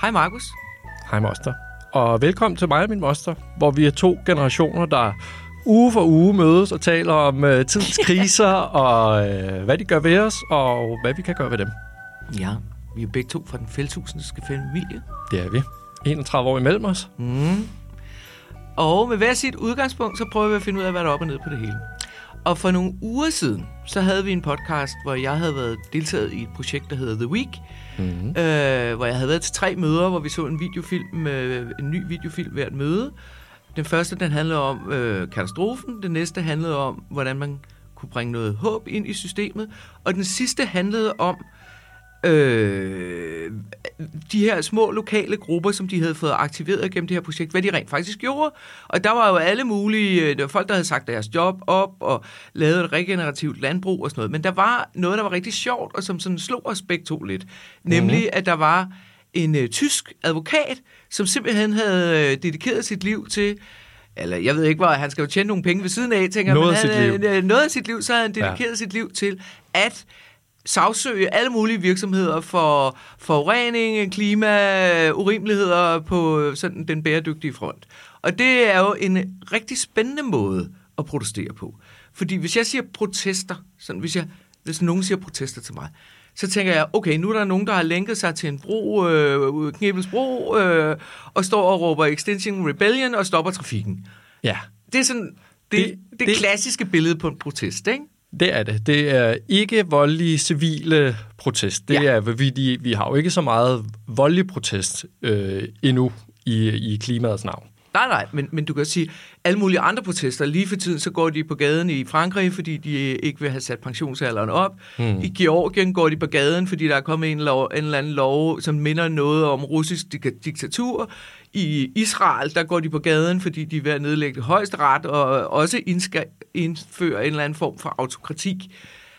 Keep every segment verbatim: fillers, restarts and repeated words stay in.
Hej Markus. Hej moster. Og velkommen til mig og min moster, hvor vi er to generationer, der uge for uge mødes og taler om uh, tidens kriser, og uh, hvad de gør ved os, og hvad vi kan gøre ved dem. Ja, vi er begge to fra den fældshusendske familie. Det er vi. enogtredive år imellem os. Mm. Og med hver sit udgangspunkt, så prøver vi at finde ud af, hvad der er op og ned på det hele. Og for nogle uger siden, så havde vi en podcast, hvor jeg havde været deltaget i et projekt, der hedder The Week, mm-hmm. øh, hvor jeg havde været til tre møder, hvor vi så en videofilm, øh, en ny videofilm hvert møde. Den første, den handlede om øh, katastrofen. Den næste handlede om, hvordan man kunne bringe noget håb ind i systemet. Og den sidste handlede om øh, de her små lokale grupper, som de havde fået aktiveret gennem det her projekt, hvad de rent faktisk gjorde. Og der var jo alle mulige, der var folk, der havde sagt deres job op og lavet et regenerativt landbrug og sådan noget. Men der var noget, der var rigtig sjovt, og som sådan slog os begge to lidt. Nemlig, mm-hmm. at der var en øh, tysk advokat, som simpelthen havde øh, dedikeret sit liv til, eller jeg ved ikke, hvor han skal jo tjene nogle penge ved siden af, tænker noget men af han, sit liv. Øh, noget af sit liv, så havde han dedikeret ja. sit liv til at sagsøge alle mulige virksomheder for forurening, klima, urimeligheder på sådan den bæredygtige front. Og det er jo en rigtig spændende måde at protestere på. Fordi hvis jeg siger protester, sådan hvis, jeg, hvis nogen siger protester til mig, så tænker jeg, okay, nu er der nogen, der har lænket sig til en bro, øh, Knebels bro, øh, og står og råber Extinction Rebellion og stopper trafikken. Ja. Det er sådan det, det, det, det klassiske billede på en protest, ikke? Det er det. Det er ikke voldelige civile protest. Det ja. er, vi, vi har jo ikke så meget voldelig protest øh, endnu i, i klimaets navn. Nej, nej, men, men du kan sige, alle mulige andre protester, lige for tiden, så går de på gaden i Frankrig, fordi de ikke vil have sat pensionsalderen op. Hmm. I Georgien går de på gaden, fordi der er kommet en, lov, en eller anden lov, som minder noget om russisk diktatur. I Israel, der går de på gaden, fordi de er ved at nedlægge højesteret, og også indføre en eller anden form for autokrati.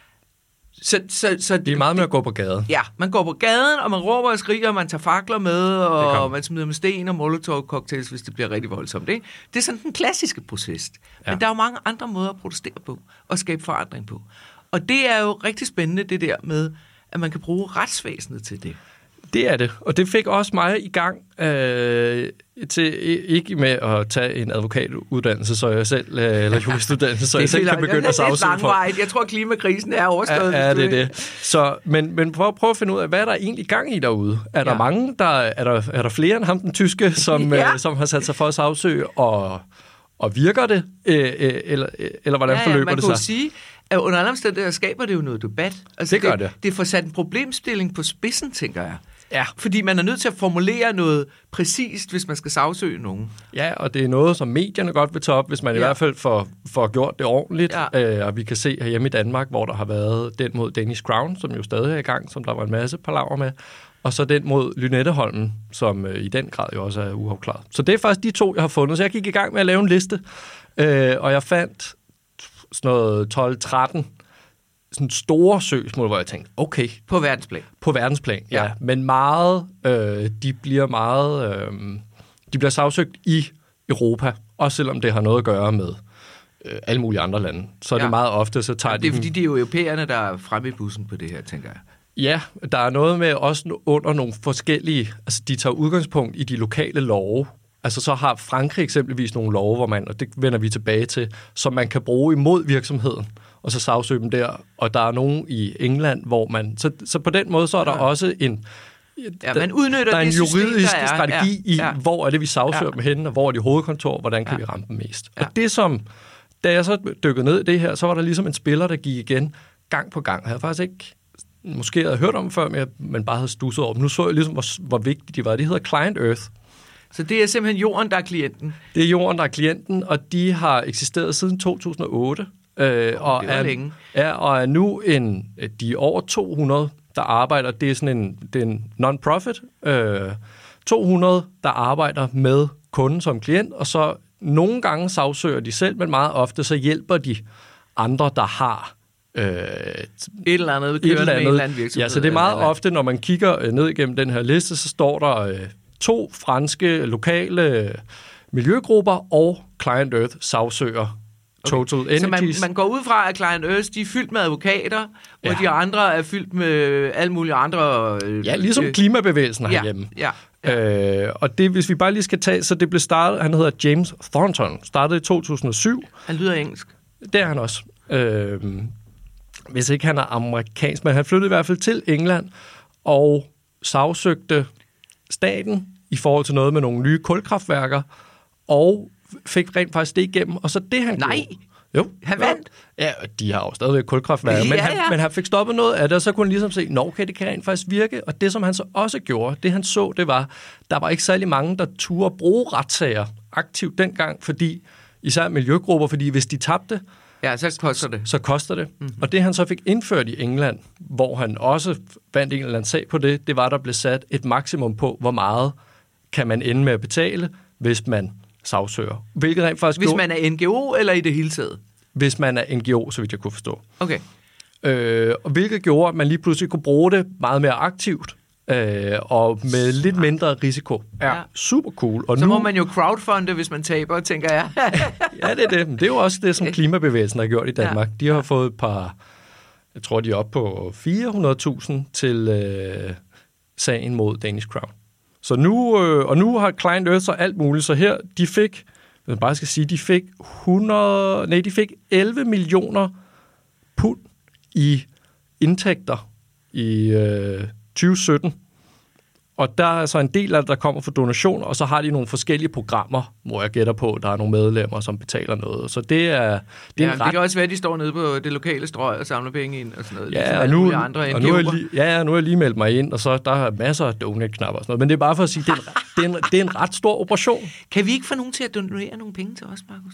Så, så, så det er meget med at gå på gaden. Ja, man går på gaden, og man råber og skriger, og man tager fakler med, og, og man smider med sten og molotov-cocktails, hvis det bliver rigtig voldsomt. Ikke? Det er sådan den klassiske proces. Ja. Men der er jo mange andre måder at protestere på, og skabe forandring på. Og det er jo rigtig spændende, det der med, at man kan bruge retsvæsenet til det. Det er det, og det fik også mig i gang øh, til ikke med at tage en advokatuddannelse, så jeg selv, øh, eller juristuddannelse, så jeg selv kan begynde at sagsøge folk. Jeg tror, klimakrisen er overstået. Ja, det er det. Så, men, men prøv, prøv at finde ud af, hvad er der egentlig gang i derude? Er der ja. mange, der, er, der, er der flere end ham, den tyske, som, ja. øh, som har sat sig for at sagsøge, og, og virker det? Øh, øh, eller, eller hvordan ja, ja, forløber det sig? Man kan sige, at under alle omstændigheder skaber det jo noget debat. Altså, det gør det. det. Det får sat en problemstilling på spidsen, tænker jeg. Ja. Fordi man er nødt til at formulere noget præcist, hvis man skal sagsøge nogen. Ja, og det er noget, som medierne godt vil tage op, hvis man ja. i hvert fald får, får gjort det ordentligt. Ja. Øh, og vi kan se herhjemme i Danmark, hvor der har været den mod Danish Crown, som jo stadig er i gang, som der var en masse palaver med. Og så den mod Lynetteholmen, som øh, i den grad jo også er uafklaret. Så det er faktisk de to, jeg har fundet. Så jeg gik i gang med at lave en liste, øh, og jeg fandt sådan noget tolv tretten sådan store søgsmål, hvor jeg tænkte, okay. På verdensplan. På verdensplan, ja. ja. Men meget, øh, de bliver meget, øh, de bliver sagsøgt i Europa, også selvom det har noget at gøre med øh, alle mulige andre lande. Så er ja. det meget ofte, så tager ja, det er de... fordi, det er jo europæerne, der er fremme i bussen på det her, tænker jeg. Ja, der er noget med også under nogle forskellige, altså de tager udgangspunkt i de lokale love. Altså så har Frankrig eksempelvis nogle love, hvor man, og det vender vi tilbage til, som man kan bruge imod virksomheden, og så sagsøge dem der. Og der er nogen i England, hvor man... Så, så på den måde, så er der ja. også en... Ja, man udnytter der er en det juridisk system, der er. strategi ja. Ja. i, hvor er det, vi sagsøger ja. dem henne, og hvor er de hovedkontor, hvordan kan ja. vi ramme dem mest. Ja. Og det som... Da jeg så dykkede ned i det her, så var der ligesom en spiller, der gik igen gang på gang. Jeg havde faktisk ikke... Måske havde hørt om dem før, men, jeg, men bare havde stusset over dem. Nu så jeg ligesom, hvor, hvor vigtige de var. Det hedder Client Earth. Så det er simpelthen jorden, der er klienten? Det er jorden, der er klienten, og de har eksisteret siden to tusind og otte. Øh, oh, og, det er længe. Er, og er nu en, de er over to hundrede, der arbejder. Det er sådan en, det er en non-profit. Øh, to hundrede, der arbejder med kunden som klient, og så nogle gange sagsøger de selv, men meget ofte så hjælper de andre, der har øh, et eller andet, et eller andet, med en eller anden virksomhed. Ja, så det er meget ofte, når man kigger ned igennem den her liste, så står der øh, to franske lokale miljøgrupper og Client Earth sagsøger Total okay. Energies. Så man, man går ud fra, at Client Earth, de er fyldt med advokater, ja. og de andre er fyldt med alle mulige andre... Øh, ja, ligesom klimabevægelsen ja, herhjemme. Ja. Ja. Øh, og det, hvis vi bare lige skal tage, så det blev startet, han hedder James Thornton, startede i to tusind og syv. Han lyder engelsk. Det er han også. Øh, hvis ikke han er amerikansk, men han flyttede i hvert fald til England og sagsøgte staten i forhold til noget med nogle nye kulkraftværker, og fik rent faktisk det igennem. Og så det, han Nej. gjorde... Jo. Han vandt? Ja, de har jo stadigvæk kulkraftværker, ja, men, han, ja. men han fik stoppet noget af det, og så kunne han ligesom se, nå, okay, det kan rent faktisk virke. Og det, som han så også gjorde, det han så, det var, der var ikke særlig mange, der turde bruge retssager aktivt dengang, fordi især miljøgrupper, fordi hvis de tabte, ja, så koster det. Så koster det. Mm-hmm. Og det, han så fik indført i England, hvor han også vandt en eller anden sag på det, det var, der blev sat et maksimum på, hvor meget kan man ende med at betale, hvis man sagsøger. Hvilket rent faktisk Hvis gjorde, man er N G O eller i det hele taget? Hvis man er N G O, så vidt jeg kunne forstå. Okay. Øh, og hvilket gjorde, at man lige pludselig kunne bruge det meget mere aktivt, øh, og med lidt mindre risiko. Ja, ja. Super cool. Og så nu, må man jo crowdfunde, hvis man taber, tænker jeg. Ja, det er det. Det er jo også det, som klimabevægelsen har gjort i Danmark. Ja. De har fået et par, jeg tror, de er oppe på fire hundrede tusind til øh, sagen mod Danish Crown. Så nu, øh, og nu har Client Earth så alt muligt, så her, de fik, jeg bare skal sige, de fik hundrede, nej, de fik elleve millioner pund i indtægter i øh, tyve sytten. Og der er så en del af det, der kommer fra donationer, og så har de nogle forskellige programmer, hvor jeg gætter på, at der er nogle medlemmer, som betaler noget. Så det er, det er ja, en ret... det kan også være, at de står nede på det lokale strøg og samler penge ind og sådan noget. Ja, ligesom og nu, andre og nu, er lige, ja, nu er jeg lige meldt mig ind, og så der er masser af donate-knapper og sådan noget. Men det er bare for at sige, det er, en, det, er en, det er en ret stor operation. Kan vi ikke få nogen til at donere nogle penge til os, Markus?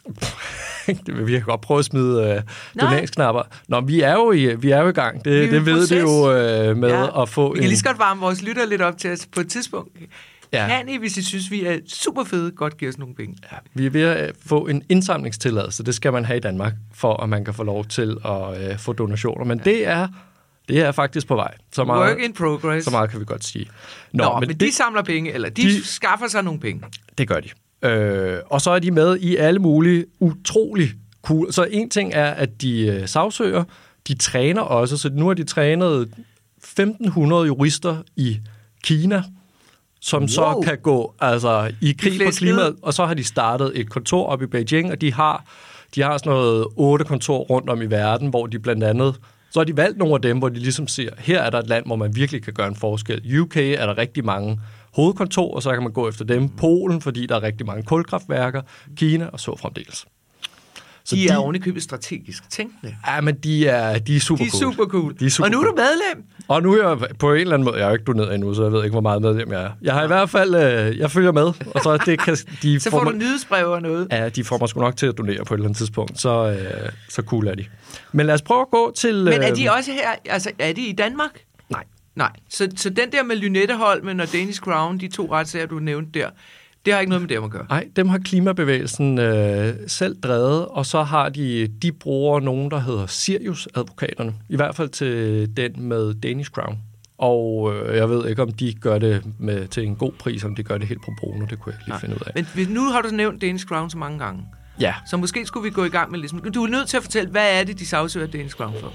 Det vil vi godt prøve at smide uh, donationsknapper. Nå, vi er jo i, vi er jo i gang. Det, det ved det jo uh, med ja. at få Vi en... kan lige så godt varme vores lytter lidt op til os på et tidspunkt. Ja. Kan I, hvis I synes, vi er super fede, godt give os nogle penge? Ja. Vi er ved at få en indsamlingstilladelse. Det skal man have i Danmark, for at man kan få lov til at uh, få donationer. Men ja. det er... Det er faktisk på vej. Så meget, Work in progress. Så meget kan vi godt sige. Nå, Nå men, men de det, samler penge, eller de, de skaffer sig nogle penge. Det gør de. Øh, og så er de med i alle mulige utrolig cool. Så en ting er, at de øh, sagsøger, de træner også, så nu har de trænet femten hundrede jurister i Kina, som wow. så kan gå altså, i krig på klimaet, og så har de startet et kontor op i Beijing, og de har, de har sådan noget otte kontor rundt om i verden, hvor de blandt andet, så har de valgt nogle af dem, hvor de ligesom siger, her er der et land, hvor man virkelig kan gøre en forskel. U K er der rigtig mange hovedkontor, og så kan man gå efter dem. Polen, fordi der er rigtig mange kulkraftværker. Kina, og så fremdeles. Så de er de, ovenikøbet strategisk tænkende. Ja, men de er, de er super de er super cool. De er super og nu er du medlem. Og nu er jeg på en eller anden måde, jeg er jo ikke doneret endnu, så jeg ved ikke, hvor meget medlem jeg er. Jeg har ja. i hvert fald, øh, jeg følger med, og så det kan de så får, får du mig, nyhedsbrev og noget. Ja, de får mig sgu nok til at donere på et eller andet tidspunkt, så, øh, så cool er de. Men lad os prøve at gå til... Øh, men er de også her, altså er de i Danmark? Nej. Nej, så, så den der med Lynetteholmen og Danish Crown, de to retssager, du nævnte der, det har ikke noget med det at gøre. Nej, dem har klimabevægelsen øh, selv drevet, og så har de, de bruger nogen, der hedder Sirius-advokaterne, i hvert fald til den med Danish Crown. Og øh, jeg ved ikke, om de gør det med, til en god pris, om de gør det helt pro bono, det kunne jeg ikke lige finde ud af. Men nu har du nævnt Danish Crown så mange gange. Ja. Så måske skulle vi gå i gang med ligesom... Du er nødt til at fortælle, hvad er det, de sagsøger Danish Crown for?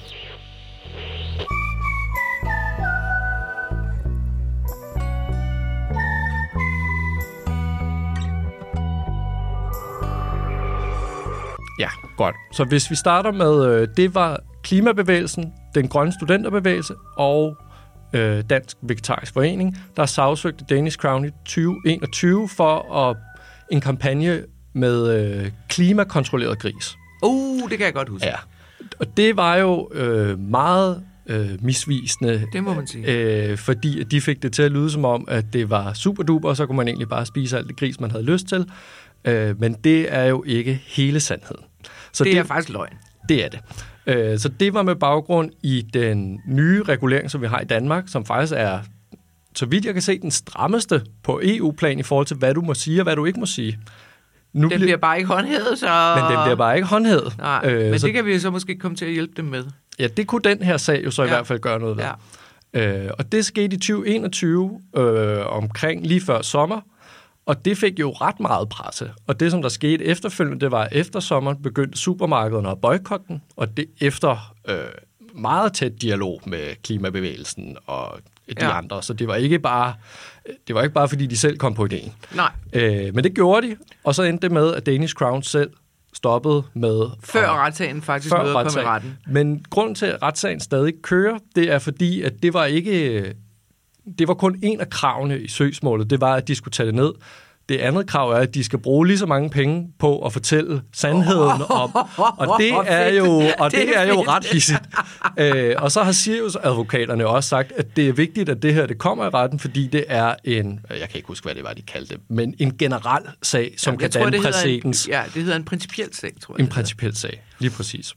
Ja, godt. Så hvis vi starter med, øh, det var klimabevægelsen, den grønne studenterbevægelse og øh, Dansk Vegetarisk Forening, der sagsøgte Danish Crown i tyve enogtyve for at, en kampagne med øh, klimakontrolleret gris. Uh, det kan jeg godt huske. Ja, og det var jo øh, meget øh, misvisende. Det må man sige. Øh, fordi de fik det til at lyde som om, at det var super duper, og så kunne man egentlig bare spise alt det gris, man havde lyst til. Øh, men det er jo ikke hele sandheden. Så det er det, faktisk løgn. Det er det. Øh, så det var med baggrund i den nye regulering, som vi har i Danmark, som faktisk er, så vidt jeg kan se, den strammeste på E U-plan i forhold til, hvad du må sige og hvad du ikke må sige. Nu den bliver bare ikke håndhævet, så... Men den bliver bare ikke håndhævet. Nej, øh, men så... det kan vi så måske komme til at hjælpe dem med. Ja, det kunne den her sag jo så ja. i hvert fald gøre noget ved. Ja. Øh, og det skete i tyve enogtyve, øh, omkring lige før sommer, og det fik jo ret meget presse. Og det, som der skete efterfølgende, det var, at efter sommeren begyndte supermarkederne at boykotte den, og det efter øh, meget tæt dialog med klimabevægelsen og de ja. andre. Så det var ikke bare, det var ikke bare fordi de selv kom på ideen. Nej. Øh, men det gjorde de, og så endte det med, at Danish Crown selv stoppet med... Før retssagen faktisk nåede at komme i retten. Men grunden til, at retssagen stadig kører, det er fordi, at det var ikke... Det var kun en af kravene i søgsmålet. Det var, at de skulle tage det ned. Det andet krav er, at de skal bruge lige så mange penge på at fortælle sandheden om. Og det er jo, og det er jo ret hissigt. øh, og så har Sirius-advokaterne også sagt, at det er vigtigt, at det her det kommer i retten, fordi det er en, jeg kan ikke huske, hvad det var, de kaldte det, men en generel sag, som ja, kan danne tror, præcedens. Ja, det hedder en principiel sag, tror jeg. En principiel sag, lige præcis.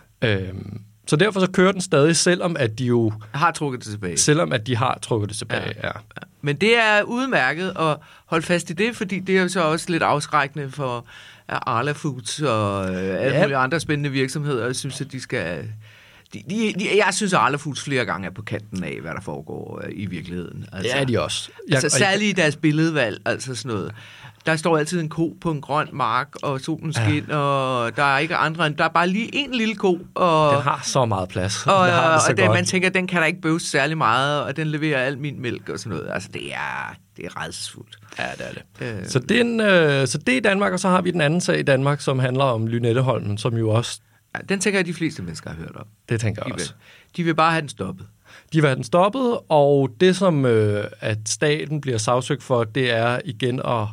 Øhm, Så derfor så kører den stadig, selvom at de jo... Har trukket det tilbage. Selvom at de har trukket det tilbage, ja. ja. Men det er udmærket at holde fast i det, fordi det er jo så også lidt afskrækkende for Arla Foods og alle ja. mulige andre spændende virksomheder. Jeg synes, at de skal... De, de, de, jeg synes, at Arla Foods flere gange er på kanten af, hvad der foregår i virkeligheden. Altså, ja, de også. Jeg, altså særligt i deres billedvalg, altså sådan noget. Der står altid en ko på en grøn mark, og solen skinner, ja. og der er ikke andre end... Der er bare lige en lille ko. Og, den har så meget plads. Og, den har det så og den, man tænker, den kan der ikke bøves særlig meget, og den leverer al min mælk og sådan noget. Altså, det er, det er rædselsfuldt. Ja, det er det. Øh. Så, det er en, øh, så det er i Danmark, og så har vi den anden sag i Danmark, som handler om Lynetteholmen, som jo også... Ja, den tænker jeg, de fleste mennesker har hørt om. Det tænker jeg de også. Vil, de vil bare have den stoppet. De vil have den stoppet, og det, som øh, at staten bliver sagsøgt for, det er igen at...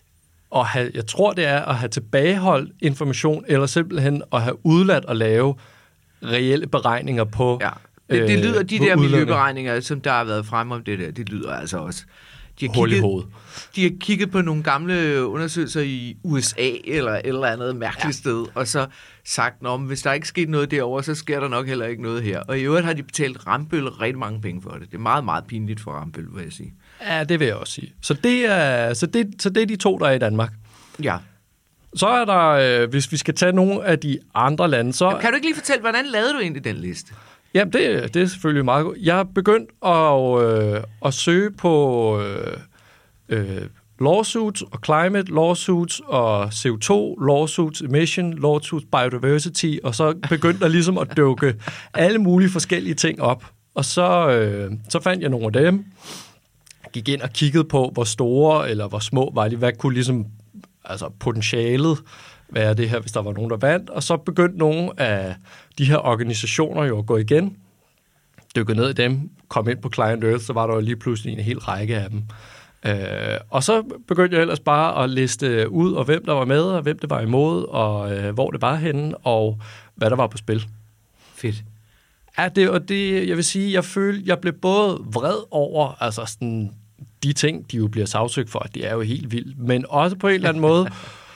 Og have, jeg tror, det er at have tilbageholdt information, eller simpelthen at have udladt at lave reelle beregninger på... Ja, det, det lyder, de der miljøberegninger, som der har været fremme om det der, det lyder altså også... De har, kigget, de har kigget på nogle gamle undersøgelser i U S A, eller et eller andet mærkeligt ja. sted, og så sagt, at hvis der ikke sker noget derovre, så sker der nok heller ikke noget her. Og i øvrigt har de betalt Rambøll rigtig mange penge for det. Det er meget, meget pinligt for Rambøll, vil jeg sige. Ja, det vil jeg også sige. Så det er, så det, så det er de to, der er i Danmark. Ja. Så er der, øh, hvis vi skal tage nogle af de andre lande, så... Jamen, kan du ikke lige fortælle, hvordan lavede du egentlig den liste? Jamen, det, det er selvfølgelig meget godt. Jeg er begyndt at, øh, at søge på øh, øh, lawsuits og climate lawsuits og C O to lawsuits, emission lawsuits, biodiversity, og så begyndte der ligesom at dukke alle mulige forskellige ting op. Og så, øh, så fandt jeg nogle af dem, gik ind og kiggede på, hvor store eller hvor små var de, hvad kunne ligesom, altså potentialet være det her, hvis der var nogen, der vandt. Og så begyndte nogle af de her organisationer jo at gå igen, dykke ned i dem, kom ind på Client Earth, så var der jo lige pludselig en hel række af dem. Øh, og så begyndte jeg ellers bare at liste ud, og hvem der var med, og hvem det var imod, og øh, hvor det var henne, og hvad der var på spil. Fedt. Ja, det, og det, jeg vil sige, jeg følte, jeg blev både vred over, altså sådan, de ting, de jo bliver sagsøgt for, det er jo helt vildt, men også på en eller anden måde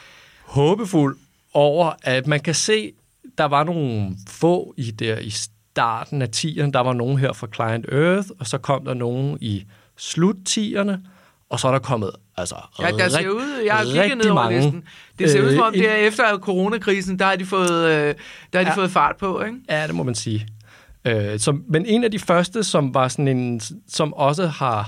håbefuld over, at man kan se, der var nogle få i der i starten af tierne, der var nogen her fra Client Earth, og så kom der nogen i slut-tierne, og så er der kommet altså ja, der ser ud, jeg har kigget ned over listen. Det ser øh, ud som om, det er efter coronakrisen, der har de fået, øh, der har de ja, fået fart på, ikke? Ja, det må man sige. Øh, som, men en af de første, som var sådan en, som også har,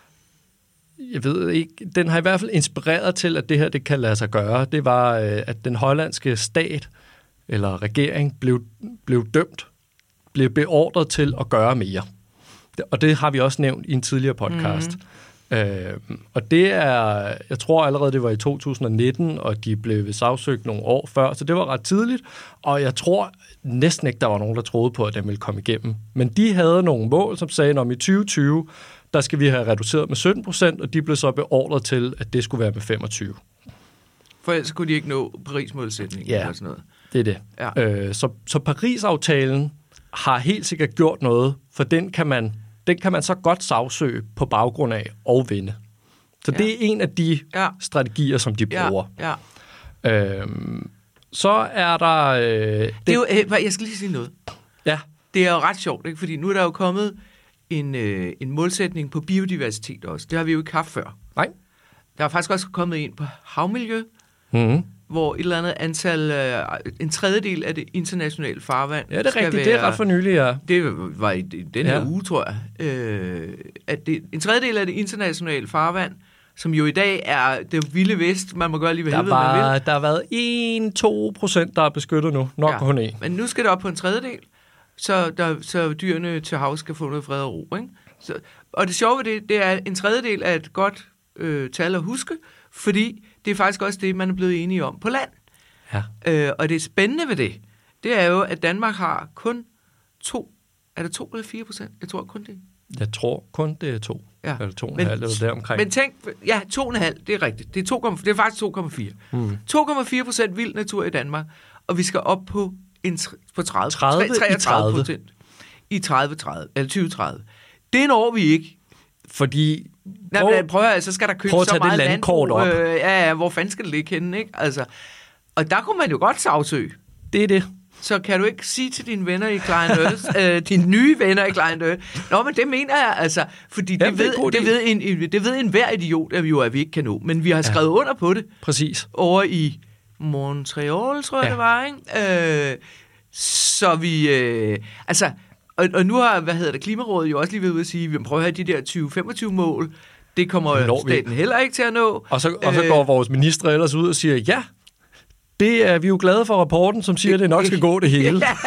jeg ved ikke, den har i hvert fald inspireret til, at det her, det kan lade sig gøre, det var, øh, at den hollandske stat, eller regering, blev, blev dømt, blev beordret til at gøre mere. Og det har vi også nævnt i en tidligere podcast. Mm. Øh, og det er, jeg tror allerede, det var i to tusind nitten, og de blev sagsøgt nogle år før, så det var ret tidligt, og jeg tror næsten ikke, der var nogen, der troede på, at den ville komme igennem. Men de havde nogle mål, som sagde, at i tyve tyve, der skal vi have reduceret med sytten procent, og de blev så beordret til, at det skulle være med femogtyve. For ellers kunne de ikke nå Paris-målsætningen ja, eller sådan noget. Det er det. Ja. Øh, så, så Paris-aftalen har helt sikkert gjort noget, for den kan man, den kan man så godt sagsøge på baggrund af og vinde. Så ja. Det er en af de ja. strategier, som de bruger. Ja. Ja. Øhm, så er der... Øh, det det er jo, øh, jeg skal lige sige noget. Ja. Det er jo ret sjovt, ikke? Fordi nu er der jo kommet en, øh, en målsætning på biodiversitet også. Det har vi jo ikke haft før. Nej. Der er faktisk også kommet en på havmiljø, mm-hmm. hvor et eller andet antal, øh, en tredjedel af det internationale farvand... Ja, det er rigtigt. Være, det er ret for nylig, ja. Det var i den her ja. uge, tror jeg. Øh, at det, en tredjedel af det internationale farvand, som jo i dag er det vilde vest, man må gøre lige ved helvede, var, man vil. Der har været en til to procent, der er beskyttet nu. Nok ja. kun en. Men nu skal det op på en tredjedel, så, der, så dyrene til hav skal få noget fred og ro, ikke? Så, og det sjove ved det, det er en tredjedel af et godt øh, tal at huske, fordi det er faktisk også det, man er blevet enige om på land. Ja. Øh, og det spændende ved det, det er jo, at Danmark har kun to, er det to eller fire procent? Jeg tror kun det. Jeg tror kun det er to, ja. eller to og men, en halv, eller deromkring. Men tænk, ja, to og en halv, det er rigtigt. Det er, to, det er faktisk to komma fire. Mm. to komma fire procent vild natur i Danmark, og vi skal op på, en, på tredive, tredive, treogtredive procent i tredive tredive, eller tyve tredive. Det når vi ikke. Fordi... Nej, prøv, men prøv at, så skal der købe så meget landbrug. Øh, ja, ja, hvor fanden skal det ligge henne, ikke? Altså, og der kunne man jo godt sagsøge. Det er det. Så kan du ikke sige til dine venner i Client Earth, øh, dine nye venner i Client Earth, nå, men det mener jeg, altså, fordi det, Jamen, ved, det, det, ved en, det ved enhver idiot, at vi jo at vi ikke kan nå, men vi har skrevet ja. under på det. Præcis. Over i Montreal, tror jeg, ja. det var, ikke? Øh, så vi, øh, altså, og, og nu har, hvad hedder det, Klimarådet jo også lige ved at sige, vi prøver at have de der tyve femogtyve mål, det kommer staten heller ikke til at nå. Og så, og så går vores ministre ellers ud og siger, ja, det er vi jo glade for rapporten, som siger, at det nok skal gå det hele. Ja.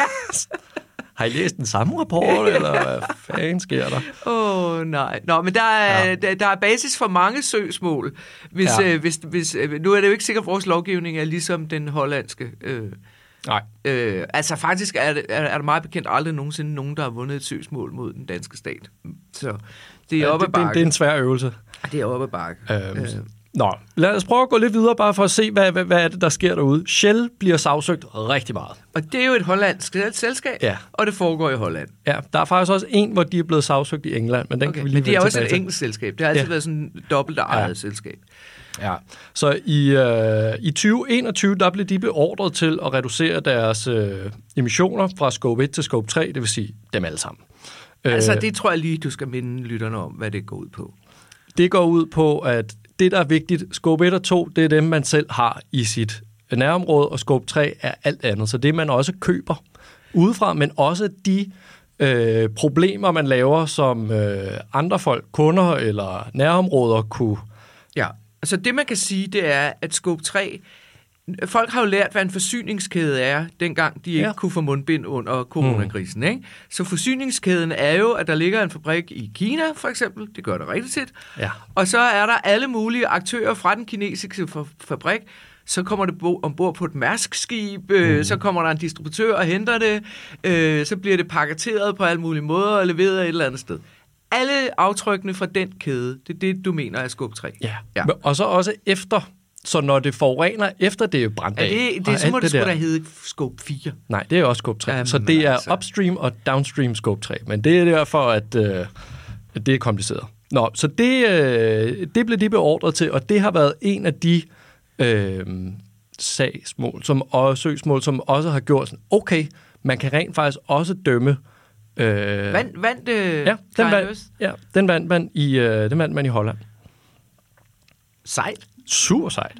Har I læst den samme rapport, eller hvad fanden sker der? Åh, oh, nej. Nå, men der er, ja. der, der er basis for mange søgsmål. Hvis, ja. øh, hvis, hvis, øh, nu er det jo ikke sikkert, at vores lovgivning er ligesom den hollandske. Øh, nej. Øh, altså faktisk er, det, er, er der meget bekendt aldrig nogensinde nogen, der har vundet et søgsmål mod den danske stat. Så det er ja, oppe det, ad bakke. Det, det er en svær øvelse. Det er oppe ad bakke. Øhm, øh. Nå, lad os prøve at gå lidt videre, bare for at se, hvad, hvad, hvad er det, der sker derude. Shell bliver sagsøgt rigtig meget. Og det er jo et hollandsk selskab, ja. og det foregår i Holland. Ja, der er faktisk også en, hvor de er blevet sagsøgt i England, men den okay. kan vi lige Men det er også et til. engelsk selskab. Det har altid ja. været sådan et dobbelt ejet ja. selskab. Ja, så i, øh, i tyve enogtyve, der blev de beordret til at reducere deres øh, emissioner fra scope et til scope tre, det vil sige dem alle sammen. Altså, det tror jeg lige, du skal minde lytterne om, hvad det går ud på. Det går ud på, at det, der er vigtigt, scope et og to, det er dem, man selv har i sit nærområde, og scope tre er alt andet. Så det, man også køber udefra, men også de øh, problemer, man laver, som øh, andre folk, kunder eller nærområder kunne... Ja, altså det, man kan sige, det er, at scope tre... Folk har jo lært, hvad en forsyningskæde er, dengang de ikke ja. kunne få mundbind under coronakrisen. Mm. Ikke? Så forsyningskæden er jo, at der ligger en fabrik i Kina, for eksempel. Det gør det rigtig tit. Ja. Og så er der alle mulige aktører fra den kinesiske fabrik. Så kommer det ombord på et Mærsk-skib, øh, mm. så kommer der en distributør og henter det. Øh, så bliver det paketeret på alle mulige måder og leveret et eller andet sted. Alle aftrykkene fra den kæde, det er det, du mener er scope tre. Ja, ja. Og så også efter... Så når det forurener, efter det er brændt af... Ja, det, det, så må det, det sgu da hedde scope fire. Nej, det er også scope tre. Jamen, så det er altså. upstream og downstream scope tre. Men det er derfor, at, øh, at det er kompliceret. Nå, så det, øh, det blev de beordret til, og det har været en af de øh, sagsmål, som, og søgsmål, som også har gjort sådan, okay, man kan rent faktisk også dømme... Øh, Vand, vandt øh, ja, den vand, ja, den vandt man i, øh, den vandt man i Holland. Sejt. Super sejt.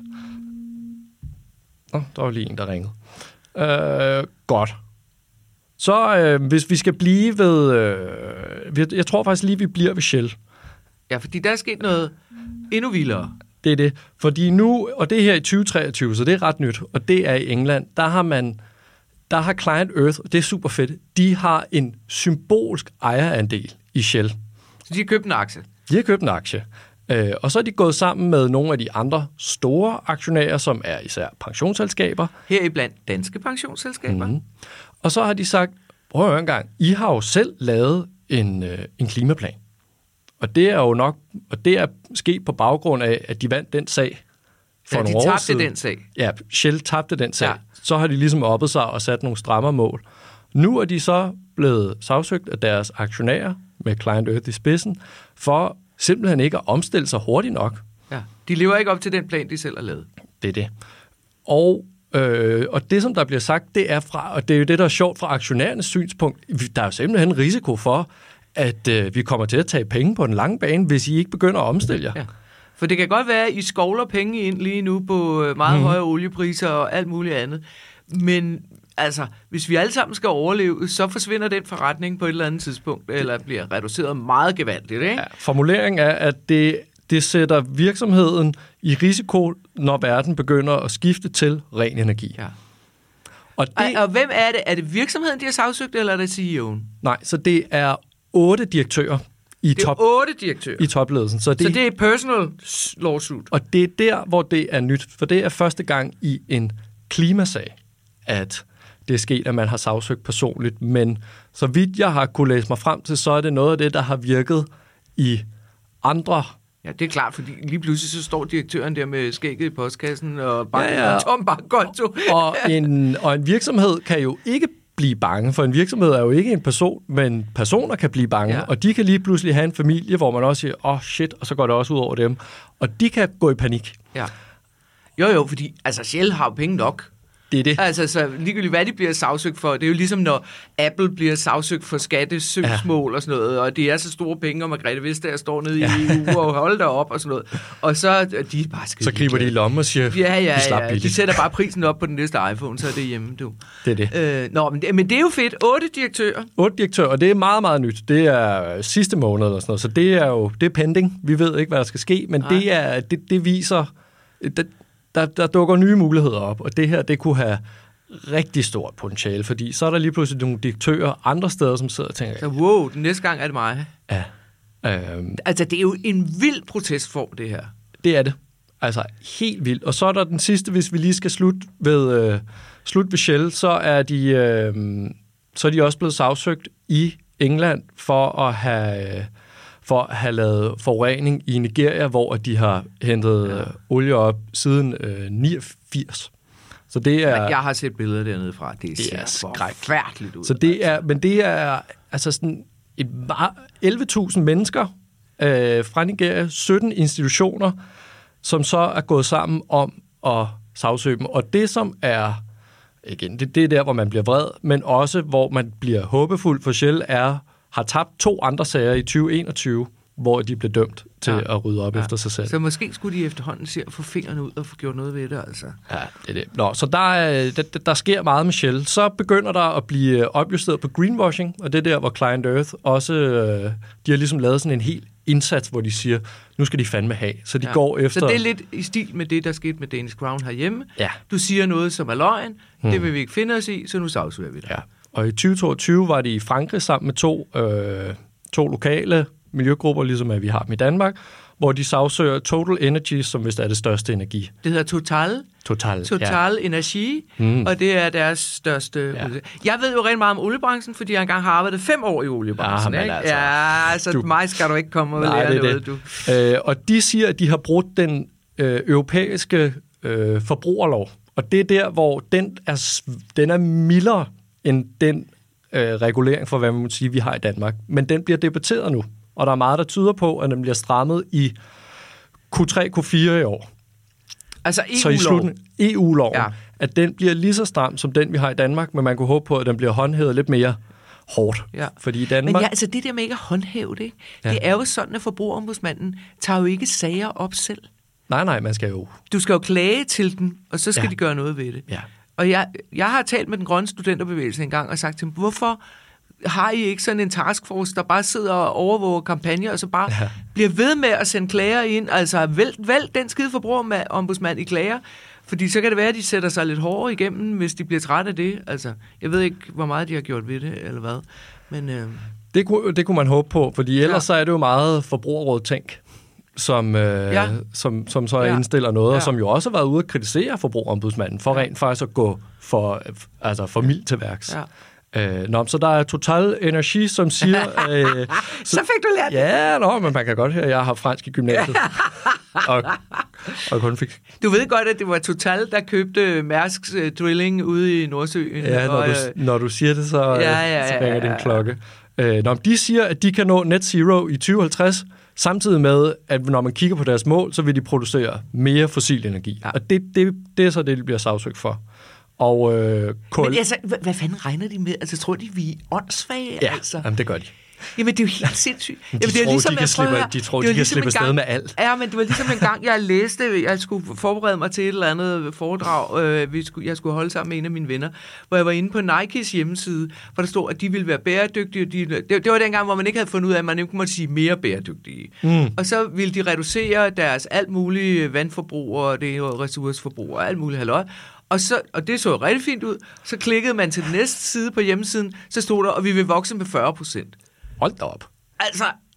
Nå, der var lige en, der ringede. Øh, godt. Så øh, hvis vi skal blive ved... Øh, jeg tror faktisk lige, vi bliver ved Shell. Ja, fordi der er sket noget endnu vildere. Det er det. Fordi nu, og det er her i tyve treogtyve, så det er ret nyt, og det er i England, der har man... Der har Client Earth, og det er super fedt, de har en symbolsk ejerandel i Shell. Så de har købt en aktie? De har købt en aktie. Øh, og så er de gået sammen med nogle af de andre store aktionærer, som er især pensionsselskaber. Heriblandt danske pensionsselskaber. Mm-hmm. Og så har de sagt, prøv at høre en gang, I har jo selv lavet en, øh, en klimaplan. Og det er jo nok, og det er sket på baggrund af, at de vandt den sag for ja, nogle de år tabte siden. den sag. Ja, Shell tabte den sag. Ja. Så har de ligesom oppet sig og sat nogle strammere mål. Nu er de så blevet sagsøgt af deres aktionærer med Client Earth i spidsen, for simpelthen ikke at omstille sig hurtigt nok. Ja, de lever ikke op til den plan, de selv har lavet. Det er det. Og, øh, og det, som der bliver sagt, det er fra, og det er jo det, der er sjovt fra aktionærernes synspunkt, der er jo simpelthen en risiko for, at øh, vi kommer til at tage penge på den lange bane, hvis I ikke begynder at omstille jer. Ja. For det kan godt være, at I skovler penge ind lige nu på meget mm. høje oliepriser og alt muligt andet. Men altså, hvis vi alle sammen skal overleve, så forsvinder den forretning på et eller andet tidspunkt, eller bliver reduceret meget gevaldigt, ikke? Ja, formuleringen er, at det, det sætter virksomheden i risiko, når verden begynder at skifte til ren energi. Ja. Og, det, og, og hvem er det? Er det virksomheden, de har sagsøgt, eller er det C E O'en? Nej, så det er otte direktører I det er top, otte direktører. I topledelsen. Så det, så det er personal lawsuit. Og det er der, hvor det er nyt, for det er første gang i en klimasag, at det er sket, at man har sagsøgt personligt. Men så vidt jeg har kunne læse mig frem til, så er det noget af det, der har virket i andre. Ja, det er klart, fordi lige pludselig så står direktøren der med skægget i postkassen og bank, ja, ja. og tom bankkonto. og, en, og en virksomhed kan jo ikke blive bange, for en virksomhed er jo ikke en person, men personer kan blive bange, ja. Og de kan lige pludselig have en familie, hvor man også siger, åh oh, shit, og så går det også ud over dem. Og de kan gå i panik. Ja. Jo jo, fordi altså Shell har jo penge nok. Det er det. Altså, så ligegyldigt hvad de bliver sagsøgt for, det er jo ligesom, når Apple bliver sagsøgt for skattesøgsmål ja. Og sådan noget, og det er så store penge, og Margrethe Vestager står nede ja. i E U og holder derop og sådan noget. Og så de er bare skide. Så griber de i lommen og siger, ja, ja, vi slap ja. billigt. De sætter bare prisen op på den næste iPhone, så er det hjemme, du. Det er det. Øh, nå, men det, men det er jo fedt. Otte direktører. Otte direktører, og det er meget, meget nyt. Det er sidste måned eller sådan noget, så det er jo det er pending. Vi ved ikke, hvad der skal ske, men Nej. det er det, det viser, der, der, der dukker nye muligheder op, og det her, det kunne have rigtig stort potentiale, fordi så er der lige pludselig nogle direktører andre steder, som sidder og tænker... Så wow, den næste gang er det mig. Ja. Øhm, altså, det er jo en vild protestform, det her. Det er det. Altså, helt vildt. Og så er der den sidste, hvis vi lige skal slutte ved, øh, slutte ved Shell, så er, de, øh, så er de også blevet sagsøgt i England for at have... Øh, for at have lavet forurening i Nigeria, hvor de har hentet ja. olie op siden øh, niogfirs. Så det er, jeg har set billeder dernede fra. Det, det er skrækkeligt ud. Så det er, men det er altså sådan et elleve tusind mennesker øh, fra Nigeria, sytten institutioner, som så er gået sammen om at sagsøge dem. Og det, som er, igen, det, det er der, hvor man bliver vred, men også, hvor man bliver håbefuld for Shell, er, har tabt to andre sager i tyve enogtyve, hvor de blev dømt til ja. at rydde op ja. efter sig selv. Så måske skulle de efterhånden se at få fingrene ud og få gjort noget ved det, altså. Ja, det er det. Nå, så der, er, der, der sker meget med Shell. Så begynder der at blive opjusteret på greenwashing, og det er der, hvor Client Earth også, de har ligesom lavet sådan en helt indsats, hvor de siger, nu skal de fandme have. Så de ja. går efter... Så det er lidt i stil med det, der skete med Danish Crown herhjemme. Ja. Du siger noget, som er løgn, hmm. det vil vi ikke finde os i, så nu sagsøger vi det. Ja. Og i tyve toogtyve var de i Frankrig sammen med to, øh, to lokale miljøgrupper, ligesom at vi har dem i Danmark, hvor de sagsøger Total Energy, som vist er det største energi. Det hedder Total. Total, Total ja. Energi, mm. og det er deres største... Ja. Jeg ved jo rigtig meget om oliebranchen, fordi jeg engang har arbejdet fem år i oliebranchen. Ja, altså, ja så du, mig skal du ikke komme og lære det noget, du. Øh, og de siger, at de har brugt den øh, europæiske øh, forbrugerlov, og det er der, hvor den er, den er mildere end den øh, regulering for, hvad man må sige, vi har i Danmark. Men den bliver debatteret nu, og der er meget, der tyder på, at den bliver strammet i Q tre Q fire i år. Altså E U-lov? Så i slutningen E U-loven, ja. At den bliver lige så stram som den, vi har i Danmark, men man kunne håbe på, at den bliver håndhævet lidt mere hårdt. Ja. Fordi i Danmark... Men ja, altså det der med ikke at håndhæve det, ja. Det er jo sådan, at forbrugerombudsmanden tager jo ikke sager op selv. Nej, nej, man skal jo... Du skal jo klage til den, og så skal ja. de gøre noget ved det. Ja. Og jeg, jeg har talt med den grønne studenterbevægelse en gang og sagt til dem, hvorfor har I ikke sådan en taskforce, der bare sidder og overvåger kampagner, og så bare ja. bliver ved med at sende klager ind? Altså, vælg, vælg den skide forbrugerombudsmand i klager, fordi så kan det være, at de sætter sig lidt hårdere igennem, hvis de bliver træt af det. Altså, jeg ved ikke, hvor meget de har gjort ved det, eller hvad. Men, øh... det, kunne, det kunne man håbe på, fordi ellers ja. så er det jo meget forbrugerråd-tænk, som, øh, ja. som, som så ja. indstiller noget, ja. og som jo også har været ude at kritisere forbrugerombudsmanden for ja. rent faktisk at gå for, altså for mildt til værks. Ja. Øh, nå, så der er Total Energy, som siger... øh, så, så fik du lært det. Ja, nå, men man kan godt høre, at jeg har fransk i gymnasiet. og, og kun fik... Du ved godt, at det var Total, der købte Mærsks uh, drilling ude i Nordsøen. Ja, når, og, du, øh, når du siger det, så, ja, ja, ja, så ringer ja, ja. din klokke. Øh, nå, de siger, at de kan nå net zero i tyve halvtreds, samtidig med, at når man kigger på deres mål, så vil de producere mere fossil energi. Ja. Og det, det, det er så det, de bliver sagsøgt for. Og, øh, kul... Men altså, hvad, hvad fanden regner de med? Altså, tror de, vi er åndssvage? Ja, altså? Jamen, det gør de. Jamen, det er jo helt sindssygt. De Jamen, det tror, er ligesom, de kan slippe, de tror, de kan ligesom slippe afsted med alt. Ja, men det var ligesom en gang, jeg læste, jeg skulle forberede mig til et eller andet foredrag, øh, vi skulle, jeg skulle holde sammen med en af mine venner, hvor jeg var inde på Nikes hjemmeside, hvor der stod, at de ville være bæredygtige. De, det, det var dengang, hvor man ikke havde fundet ud af, at man ikke måtte sige mere bæredygtige. Mm. Og så ville de reducere deres alt mulige vandforbrug og det ressourceforbrug og alt muligt halløj. Og, så, og det så rigtig fint ud. Så klikkede man til den næste side på hjemmesiden, så stod der, og vi vil vokse med fyrre procent. Hold da op. Altså,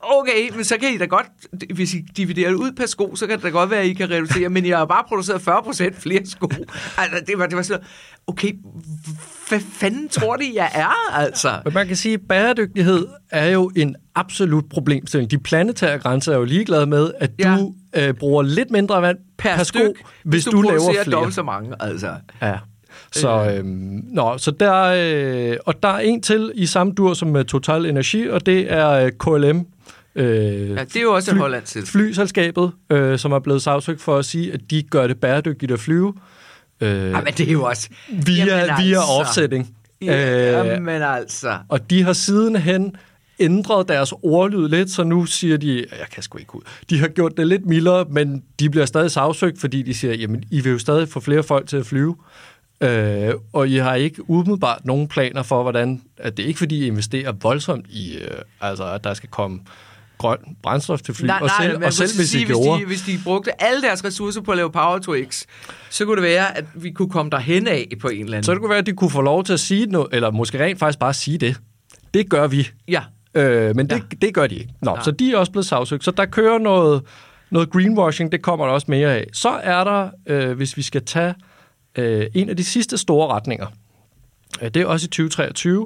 Okay, men så kan I da godt, hvis I dividerer det ud per sko, så kan det da godt være, at I kan reducere, men jeg har bare produceret fyrre procent flere sko. Altså, det var, det var sådan, okay, hvad fanden tror de, jeg er, altså? Men man kan sige, at bæredygtighed er jo en absolut problemstilling. De planetære grænser er jo ligeglade med, at ja. du øh, bruger lidt mindre vand per, per sko, styk, hvis, hvis du, du laver flere. Dobbelt så mange, altså. Ja. Så, øhm, nå, så der, øh, og der er en til i samme dur som med Total Energi, og det er øh, K L M. Øh, ja, det er jo også fly, et hollandsk til. Flyselskabet, øh, som er blevet sagsøgt for at sige, at de gør det bæredygtigt at flyve. Øh, ja, men det er jo også... Via, altså, via offsetting. Ja, øh, men altså... Og de har sidenhen ændret deres ordlyd lidt, så nu siger de, jeg kan sgu ikke ud, de har gjort det lidt mildere, men de bliver stadig sagsøgt, fordi de siger, jamen, I vil jo stadig få flere folk til at flyve. Øh, og I har ikke umiddelbart nogen planer for, hvordan, at det er ikke fordi, I investerer voldsomt i, øh, altså at der skal komme grøn brændstof til fly, nej, og selv, nej, og selv hvis sige, I gjorde... Hvis de, hvis de brugte alle deres ressourcer på at lave Power to X, så kunne det være, at vi kunne komme derhen af på en eller anden... Så det kunne være, at de kunne få lov til at sige noget, eller måske rent faktisk bare sige det. Det gør vi. Ja. Øh, men det, ja. det gør de ikke. Nå, ja. Så de er også blevet sagsøgt. Så der kører noget, noget greenwashing, det kommer der også mere af. Så er der, øh, hvis vi skal tage øh, en af de sidste store retninger, øh, det er også i tyve treogtyve,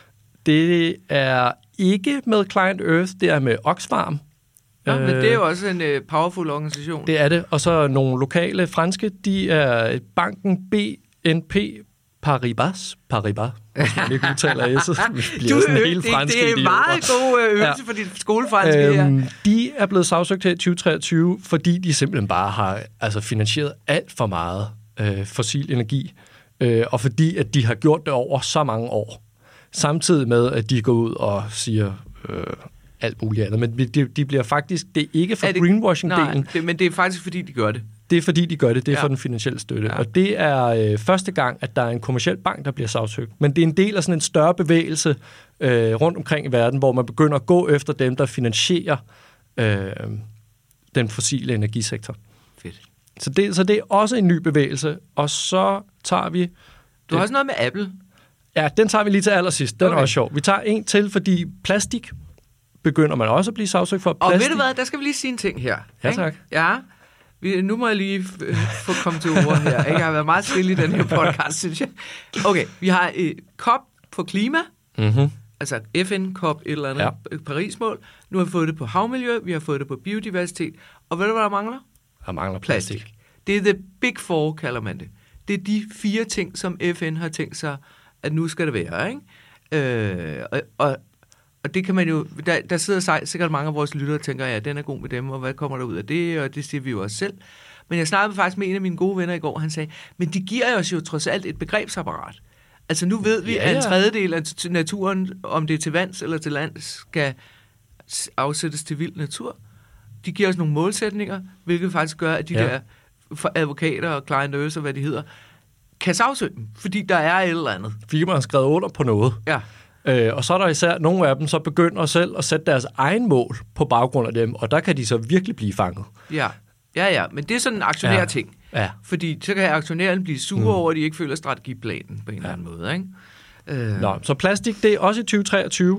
det er ikke med Client Earth, det er med Oxfam. Ja, men det er jo også en uh, powerful organisation. Det er det. Og så nogle lokale franske, de er banken B N P Paribas. Paribas. Hvis man ikke udtaler S'et, bliver du, sådan en helt fransk Det er en meget god øvelse ja. for dit skolefranske øhm, her. De er blevet sagsøgt her i tyve treogtyve, fordi de simpelthen bare har altså, finansieret alt for meget øh, fossil energi, øh, og fordi at de har gjort det over så mange år. Samtidig med, at de går ud og siger øh, alt muligt andet. Men de, de bliver faktisk, det er ikke for greenwashing-delen. Nej, det, men det er faktisk, fordi de gør det. Det er fordi, de gør det. Det er ja. for den finansielle støtte. Ja. Og det er øh, første gang, at der er en kommerciel bank, der bliver sagsøgt. Men det er en del af sådan en større bevægelse øh, rundt omkring i verden, hvor man begynder at gå efter dem, der finansierer øh, den fossile energisektor. Fedt. Så det, så det er også en ny bevægelse. Og så tager vi... Du har også noget med Apple. Ja, den tager vi lige til allersidst. Den okay. er også sjov. Vi tager en til, fordi plastik begynder man også at blive sagsøgt for. Plastik. Og ved du hvad, der skal vi lige sige en ting her. Ja, tak. Ja, vi, nu må jeg lige f- få komme til ord her. Jeg har været meget stille i den her podcast, synes jeg. Okay, vi har et COP for klima, mm-hmm. altså F N-COP, et eller andet ja. Paris-mål. Nu har vi fået det på havmiljø, vi har fået det på biodiversitet. Og ved du, hvad der mangler? Der mangler plastik. plastik. Det er the big four, kalder man det. Det er de fire ting, som F N har tænkt sig, at nu skal det være, ikke? Øh, og, og, og det kan man jo... Der, der sidder sikkert mange af vores lyttere og tænker, ja, den er god med dem, og hvad kommer der ud af det? Og det siger vi jo også selv. Men jeg snakkede faktisk med en af mine gode venner i går, og han sagde, men de giver os jo trods alt et begrebsapparat. Altså nu ved vi, ja, ja. at en tredjedel af naturen, om det er til vands eller til land, skal afsættes til vild natur. De giver os nogle målsætninger, hvilket faktisk gør, at de ja. der advokater og client earth og hvad de hedder, kan sagsøge dem, fordi der er et eller andet. Fordi man har skrevet under på noget. Ja. Øh, og så er der især nogle af dem, så begynder selv at sætte deres egen mål på baggrund af dem, og der kan de så virkelig blive fanget. Ja, ja, ja. Men det er sådan en aktionær ja. ting. Ja. Fordi så kan aktionæren blive sure mm. over, at de ikke følger strategiplanen på en ja. eller anden måde. Ikke? Øh. Nå, så plastik, det er også i tyve treogtyve.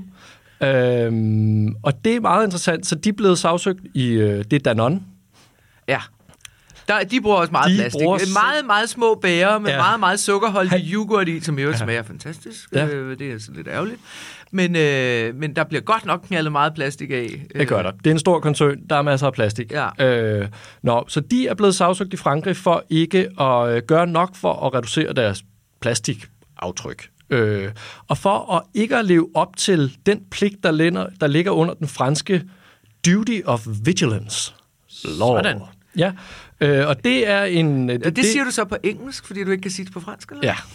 Øhm, og det er meget interessant, så de er blevet sagsøgt i, øh, det er Danone. Ja. Der, de bruger også meget de plastik. Bruger... Meget, meget små bæger med ja. meget, meget sukkerholdig yoghurt i, som jo ja. smager fantastisk. Ja. Øh, det er så lidt ærgerligt. Men, øh, men der bliver godt nok knaldet meget plastik af. Det gør der. Det er en stor koncern. Der er masser af plastik. Ja. Øh, nå, så de er blevet sagsøgt i Frankrig for ikke at øh, gøre nok for at reducere deres plastikaftryk. Øh, og for at ikke at leve op til den pligt, der, lænder, der ligger under den franske Duty of Vigilance Law. Sådan. Ja, øh, og det er en... Det, det, det siger du så på engelsk, fordi du ikke kan sige det på fransk, eller? Ja.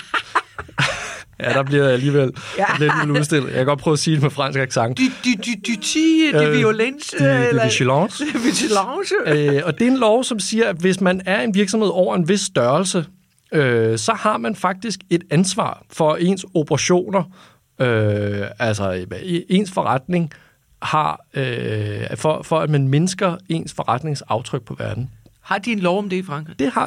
Ja, der bliver jeg alligevel ja. lidt udstillet. Jeg kan godt prøve at sige det med fransk accent. Du, du, du, du, de, de violence. De, de vigilance. De vigilance. Øh, og det er en lov, som siger, at hvis man er en virksomhed over en vis størrelse, øh, så har man faktisk et ansvar for ens operationer, øh, altså ens forretning, har øh, for, for at man mindsker ens forretningsaftryk på verden. Har de en lov om det i Frankrig? Det har de.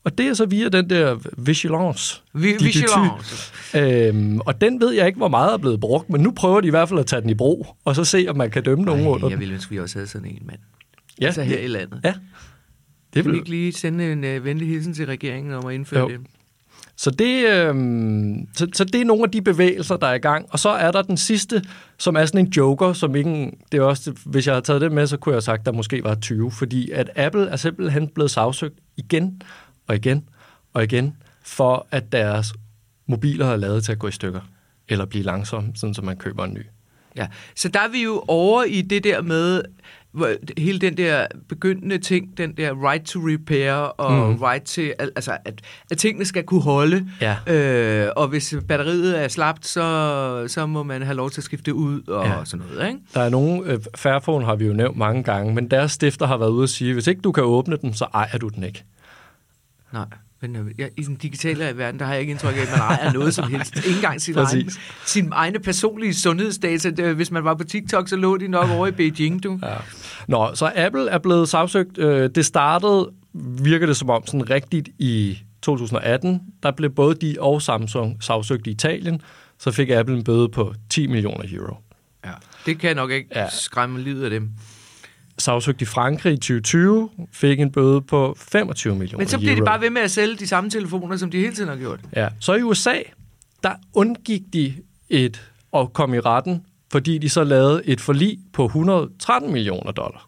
Og det er så via den der vigilance. Vi, vigilance. Øhm, og den ved jeg ikke, hvor meget er blevet brugt, men nu prøver de i hvert fald at tage den i brug, og så se, om man kan dømme nogen under jeg ville ønske, vi også havde sådan en mand. Ja, altså her i landet. Ja. Det vil vi ikke lige sende en uh, venlig hilsen til regeringen om at indføre jo. det? Så det, øh, så, så det er nogle af de bevægelser, der er i gang. Og så er der den sidste, som er sådan en joker, som ikke... Det er også, hvis jeg havde taget det med, så kunne jeg have sagt, at der måske var tyve. Fordi at Apple er simpelthen blevet sagsøgt igen og igen og igen, for at deres mobiler er lavet til at gå i stykker. Eller blive langsomme, sådan så man køber en ny. Ja, så der er vi jo over i det der med... hele den der begyndende ting, den der right to repair og mm. right til, altså at, at tingene skal kunne holde, ja. øh, og hvis batteriet er slapt, så, så må man have lov til at skifte det ud og ja. sådan noget, ikke? Der er nogle, øh, Fairphone har vi jo nævnt mange gange, men deres stifter har været ude at sige, hvis ikke du kan åbne den, så ejer du den ikke. Nej. Men ja, i den digitale verden, der har jeg ikke indtryk af, at man ejer noget som helst. Ikke engang sin, egen, sin egne personlige sundhedsdata. Hvis man var på TikTok, så lå de nok over i Beijing, du. Ja. Nå, så Apple er blevet sagsøgt. Det startede, virker det som om, sådan rigtigt i to tusind og atten. Der blev både de og Samsung sagsøgt i Italien. Så fik Apple en bøde på ti millioner euro. Ja, det kan nok ikke ja. skræmme livet af dem. Sagsøgt i Frankrig i tyve tyve, fik en bøde på femogtyve millioner euro. Men så bliver de bare ved med at sælge de samme telefoner, som de hele tiden har gjort. Ja. Så i U S A, der undgik de et at komme i retten, fordi de så lavede et forlig på et hundrede og tretten millioner dollar.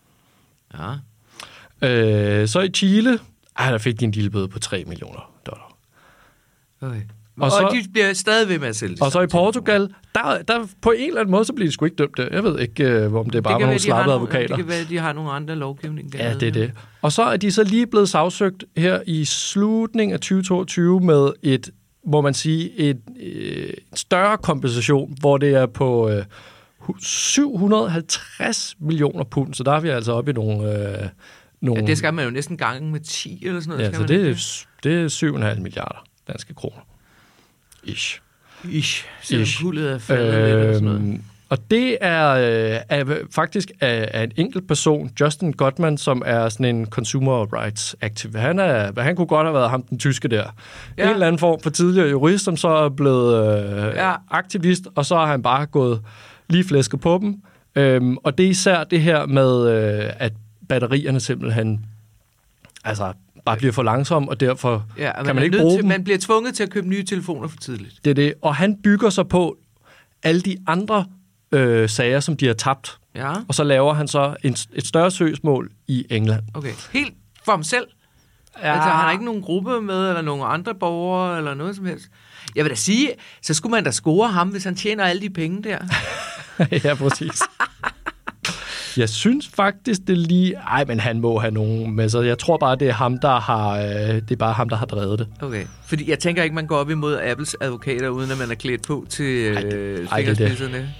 Ja. Øh, så i Chile, ej, der fik de en lille bøde på tre millioner dollar. Okay. Og, og så, de bliver stadig ved med at sælge. Og så i Portugal, der, der på en eller anden måde, så bliver de sgu ikke dømt. Jeg ved ikke, øh, om det er bare det nogle slappe advokater. Det kan være, at de har nogle andre lovgivning. Ja, det er det. Og så er de så lige blevet sagsøgt her i slutningen af tyve toogtyve med et, må man sige, et, et større kompensation, hvor det er på øh, syv hundrede og halvtreds millioner pund. Så der er vi altså oppe i nogle... Øh, nogle... Ja, det skal man jo næsten gange med ti eller sådan noget. Ja, så det er, det er syv komma fem milliarder danske kroner. Ish. Ish. Selvom pullet er faldet øh, lidt eller sådan noget. Og det er, øh, er faktisk af, af en enkelt person, Justin Gottman, som er sådan en consumer rights active. Han, er, han kunne godt have været ham, den tyske der. Ja. En eller anden form for tidligere jurist, som så er blevet øh, ja. aktivist, og så har han bare gået lige flæsket på dem. Øhm, og det er især det her med, øh, at batterierne simpelthen... altså bare bliver for langsom, og derfor ja, og kan man, man ikke bruge til, dem. Man bliver tvunget til at købe nye telefoner for tidligt. Det er det. Og han bygger sig på alle de andre øh, sager, som de har tabt. Ja. Og så laver han så en, et større søgsmål i England. Okay. Helt for ham selv? Ja. Altså, han har ikke nogen gruppe med, eller nogen andre borgere, eller noget som helst? Jeg vil da sige, så skulle man da score ham, hvis han tjener alle de penge der. Ja, præcis. Jeg synes faktisk, det lige... Ej, men han må have nogen med sig. Jeg tror bare, det er ham, der har, øh, det er bare ham, der har drevet det. Okay. Fordi jeg tænker ikke, man går op imod Apples advokater, uden at man er klædt på til øh, fingerspidserne.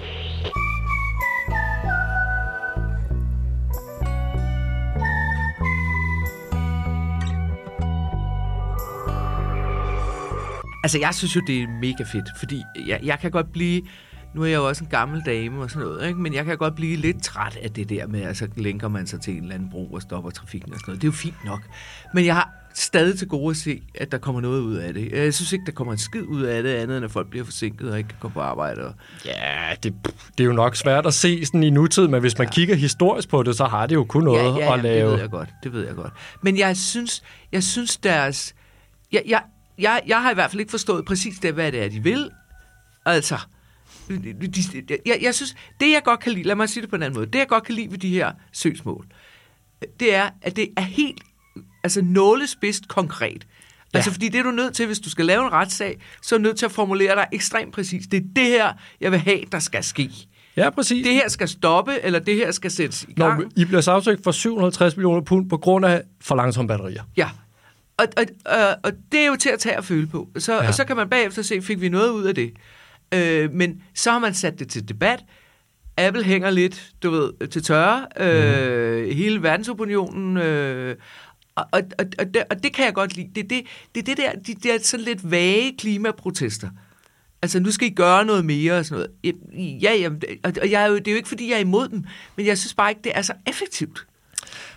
Altså, jeg synes jo, det er mega fedt, fordi jeg, jeg kan godt blive... Nu er jeg jo også en gammel dame og sådan noget, ikke? Men jeg kan godt blive lidt træt af det der med, at så lænker man sig til en eller anden bro og stopper trafikken og sådan noget. Det er jo fint nok. Men jeg har stadig til gode at se, at der kommer noget ud af det. Jeg synes ikke, der kommer en skid ud af det, andet end at folk bliver forsinket og ikke kan gå på arbejde. Og... Ja, det, det er jo nok svært at se sådan i nutid, men hvis man ja. kigger historisk på det, så har det jo kun noget ja, ja, ja, at lave. det ved jeg godt. Det ved jeg godt. Men jeg synes, jeg synes deres... Jeg, jeg, jeg, jeg har i hvert fald ikke forstået præcis det, hvad det er, de vil. Altså... Jeg, jeg synes, det jeg godt kan lide, lad mig sige det på en anden måde, det jeg godt kan lide ved de her søgsmål, det er, at det er helt, altså nålespidst konkret. Ja. Altså fordi det er du nødt til, hvis du skal lave en retssag, så er du nødt til at formulere dig ekstremt præcis. Det er det her, jeg vil have, der skal ske. Ja, præcis. Det her skal stoppe, eller det her skal sættes i gang. Når I bliver sagsøgt for syv hundrede og halvtreds millioner pund på grund af for langsomme batterier. Ja. Og, og, og, og det er jo til at tage og føle på. Så, ja. Og så kan man bagefter se, fik vi noget ud af det. Øh, men så har man sat det til debat. Apple hænger lidt, du ved, til tørre. Øh, mm. Hele verdensopinionen. Øh, og, og, og, og, det, og det kan jeg godt lide. Det er det, det, det der, de der sådan lidt vage klimaprotester. Altså, nu skal I gøre noget mere og sådan noget. Ja, ja, og jeg er jo, det er jo ikke, fordi jeg er imod dem, men jeg synes bare ikke, det er så effektivt.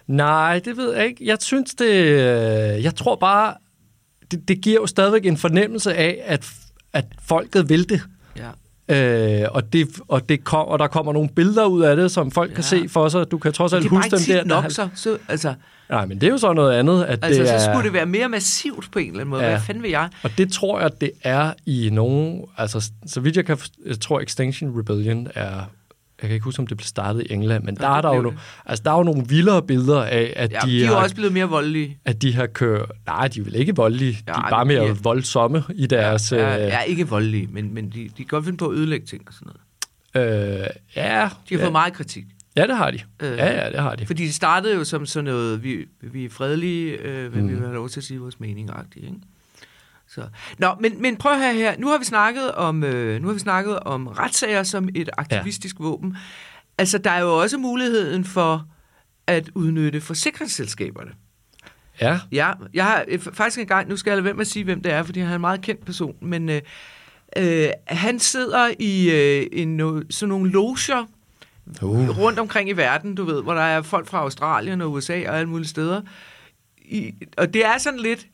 Nej, det ved jeg ikke. Jeg synes det... Jeg tror bare, det, det giver jo stadigvæk en fornemmelse af, at, at folket vil det. Ja. Øh, og, det, og, det kom, og der kommer nogle billeder ud af det, som folk ja. kan se for sig. Du kan trods alt huske dem der. Det er bare ikke nok, så, så altså... Nej, men det er jo så noget andet. At altså, det så er, skulle det være mere massivt på en eller anden måde. Ja. Hvad fanden vil jeg? Og det tror jeg, det er i nogle... Altså, så vidt jeg kan... Jeg tror, Extinction Rebellion er... Jeg kan ikke huske, om det blev startet i England, men ja, der, er der, jo no, altså, der er jo nogle vildere billeder af, at ja, de... de er har, jo også blevet mere voldelige. At de har kørt... Nej, de er vel ikke voldelige. Ja, de er bare mere ja. voldsomme i deres... Ja, ja, ja ikke voldelige, men, men de, de kan godt finde på at ødelægge ting og sådan noget. Øh, ja... De har ja. fået meget kritik. Ja, det har de. Øh, ja, ja, det har de. Fordi det startede jo som sådan noget, vi, vi er fredelige, øh, men mm. vi vil have lov til at sige vores mening-agtigt, ikke? Så. Nå, men, men prøv at høre her. Nu har vi snakket om, øh, nu har vi snakket om retssager som et aktivistisk ja. våben. Altså, der er jo også muligheden for at udnytte forsikringsselskaberne. Ja. Ja, jeg har faktisk en gang, nu skal jeg lade være med at sige, hvem det er, fordi han er en meget kendt person, men øh, øh, han sidder i øh, en, sådan nogle loger, Uh. rundt omkring i verden, du ved, hvor der er folk fra Australien og U S A og alle mulige steder. I, og det er sådan lidt,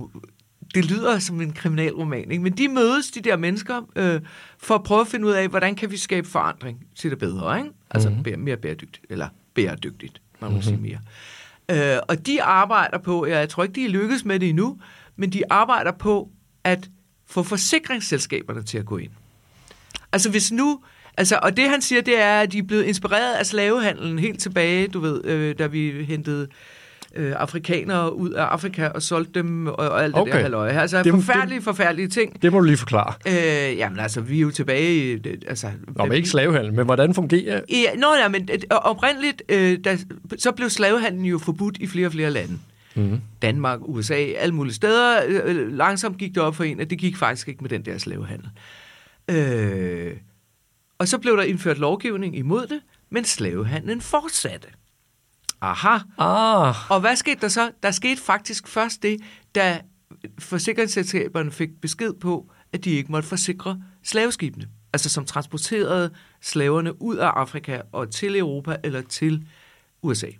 det lyder som en kriminalroman, ikke? Men de mødes, de der mennesker, øh, for at prøve at finde ud af, hvordan kan vi skabe forandring til det bedre, ikke? Altså mm-hmm. mere bæredygtigt, eller bæredygtigt, man må mm-hmm. sige mere. Øh, og de arbejder på, jeg tror ikke, de er lykkes med det endnu, men de arbejder på at få forsikringsselskaberne til at gå ind. Altså hvis nu Altså, og det han siger, det er, at de er blevet inspireret af slavehandlen helt tilbage, du ved, øh, da vi hentede øh, afrikanere ud af Afrika og solgte dem og, og alt det okay. der halløj. Altså, det, forfærdelige, det, forfærdelige ting. Det må du lige forklare. Øh, jamen, altså, vi er jo tilbage i... Det, altså, Nå, men ikke slavehandlen, men hvordan fungerer... Ja, nå, ja, men oprindeligt, øh, der, så blev slavehandlen jo forbudt i flere og flere lande. Mm-hmm. Danmark, U S A, alle mulige steder. Øh, langsomt gik det op for en, at det gik faktisk ikke med den der slavehandel. Øh... Og så blev der indført lovgivning imod det, men slavehandlen fortsatte. Aha. Ah. Og hvad skete der så? Der skete faktisk først det, da forsikringsselskaberne fik besked på, at de ikke måtte forsikre slaveskibene. Altså som transporterede slaverne ud af Afrika og til Europa eller til U S A.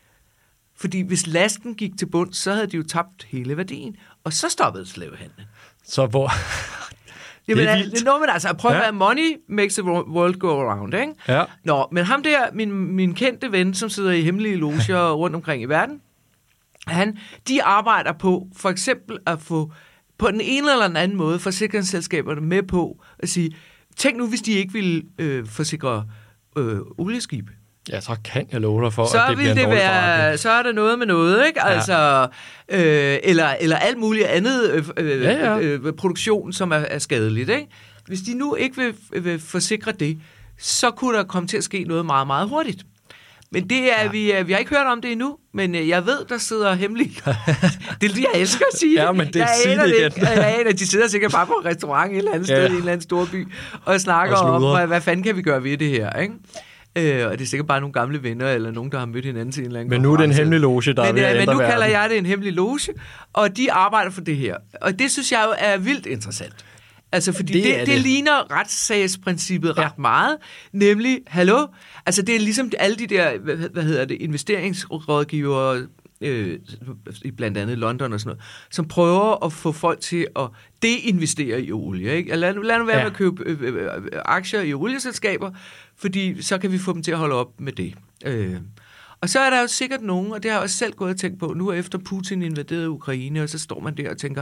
Fordi hvis lasten gik til bund, så havde de jo tabt hele værdien, og så stoppede slavehandlen. Så hvor... Jamen, det er noget, men altså, prøv at ja. være, money makes the world go around, ikke? Ja. Nå, men ham der, min, min kendte ven, som sidder i hemmelige loger rundt omkring i verden, han, de arbejder på for eksempel at få på den ene eller den anden måde forsikringsselskaberne med på at sige, tænk nu, hvis de ikke ville øh, forsikre øh, olieskibe. Ja, så kan jeg love dig for, så at det bliver en det dårlig være, forretning. Så er der noget med noget, ikke? Altså, ja. øh, eller, eller alt muligt andet øh, ja, ja. Øh, produktion, som er, er skadeligt, ikke? Hvis de nu ikke vil, vil forsikre det, så kunne der komme til at ske noget meget, meget hurtigt. Men det er, ja. vi, vi har ikke hørt om det endnu, men jeg ved, der sidder hemmeligt. Det er det, jeg elsker at sige. Ja, men det jeg sige det igen. Det, jeg aner, de sidder sikkert bare på en restaurant et eller andet sted, ja. i en eller anden storby, og snakker og om, hvad, hvad fanden kan vi gøre ved det her, ikke? Øh, og det er sikkert bare nogle gamle venner, eller nogen, der har mødt hinanden til en eller anden Men nu er det en hemmelig loge, der men, er ved at Men nu verden. kalder jeg det en hemmelig loge, og de arbejder for det her. Og det synes jeg jo er vildt interessant. Altså, fordi det, det, det. det ligner retssagsprincippet ja. ret meget. Nemlig, hallo? Altså, det er ligesom alle de der, hvad, hvad hedder det, investeringsrådgivere, øh, blandt andet London og sådan noget, som prøver at få folk til at deinvestere i olie. Ikke? Lad, lad nu være ja. med at købe øh, øh, aktier i olieselskaber, fordi så kan vi få dem til at holde op med det. Øh. Og så er der jo sikkert nogen, og det har jeg også selv gået og tænkt på, nu efter Putin invaderede Ukraine, og så står man der og tænker,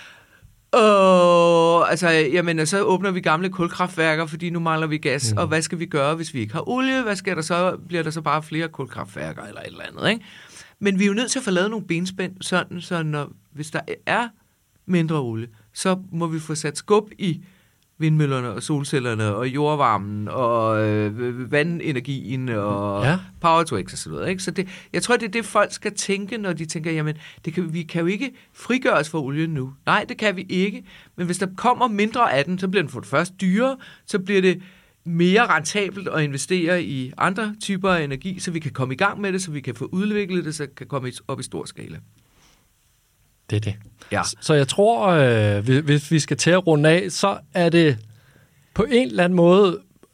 åh, altså, jamen, så åbner vi gamle kulkraftværker, fordi nu mangler vi gas, mm. og hvad skal vi gøre, hvis vi ikke har olie? Hvad sker der så? Bliver der så bare flere kulkraftværker eller et eller andet, ikke? Men vi er jo nødt til at få lavet nogle benspænd, sådan, så når, hvis der er mindre olie, så må vi få sat skub i vindmøllerne og solcellerne og jordvarmen og øh, vandenergien og ja. power to x og sådan noget, ikke? Så det, jeg tror, det er det, folk skal tænke, når de tænker, jamen, det kan, vi kan jo ikke frigøre os fra olien nu. Nej, det kan vi ikke. Men hvis der kommer mindre af den, så bliver den for det første dyrere, så bliver det mere rentabelt at investere i andre typer af energi, så vi kan komme i gang med det, så vi kan få udviklet det, så det kan komme op i stor skala. Det er det. Ja. Så jeg tror, øh, hvis vi skal til at runde af, så er det på en eller anden måde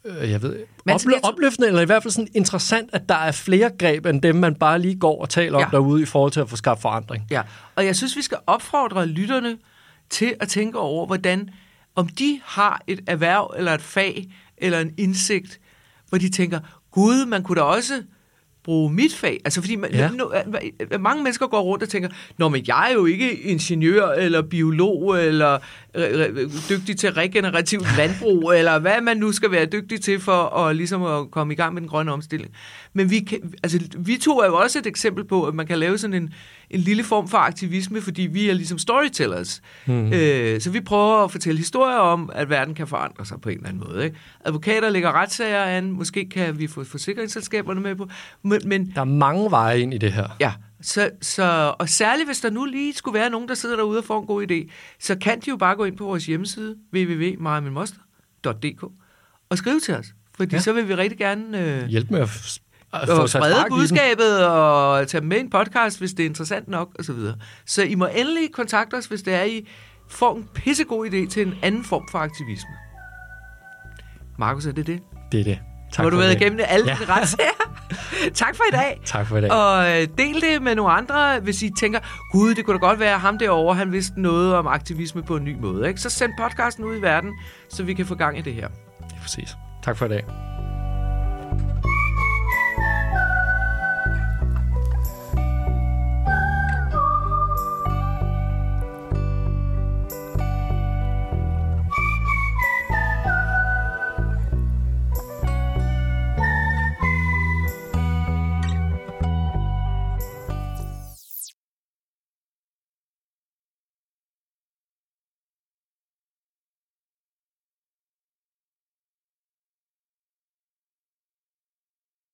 jeg ved, ople- opløftende, eller i hvert fald sådan interessant, at der er flere greb, end dem, man bare lige går og taler om ja. derude, i forhold til at få skabt forandring. Ja, og jeg synes, vi skal opfordre lytterne til at tænke over, hvordan, om de har et erhverv, eller et fag, eller en indsigt, hvor de tænker, gud, man kunne da også bruge mit fag. Altså, fordi man, ja. no, mange mennesker går rundt og tænker, nå, men jeg er jo ikke ingeniør, eller biolog, eller øh, dygtig til regenerativt landbrug, eller hvad man nu skal være dygtig til for at, ligesom at komme i gang med den grønne omstilling. Men vi, kan, altså, vi to er jo også et eksempel på, at man kan lave sådan en, en lille form for aktivisme, fordi vi er ligesom storytellers. Mm-hmm. Øh, så vi prøver at fortælle historier om, at verden kan forandre sig på en eller anden måde. Ikke? Advokater lægger retssager an, måske kan vi få forsikringsselskaberne med på. Men, men, der er mange veje ind i det her. Ja, så, så, og særligt hvis der nu lige skulle være nogen, der sidder derude og får en god idé, så kan de jo bare gå ind på vores hjemmeside, w w w punktum mig og min moster punktum d k, og skrive til os. Fordi ja. så vil vi rigtig gerne øh, hjælpe med at og sprede budskabet og tage med en podcast, hvis det er interessant nok, og så videre. Så I må endelig kontakte os, hvis det er, I får en pissegod idé til en anden form for aktivisme. Markus, er det det? Det er det. Tak har du været igennem alle ja. dine retssager? Tak for i dag. Tak for i dag. Og del det med nogle andre, hvis I tænker, gud, det kunne da godt være ham derovre, han vidste noget om aktivisme på en ny måde. Ikke? Så send podcasten ud i verden, så vi kan få gang i det her. Det er præcis. Tak for i dag.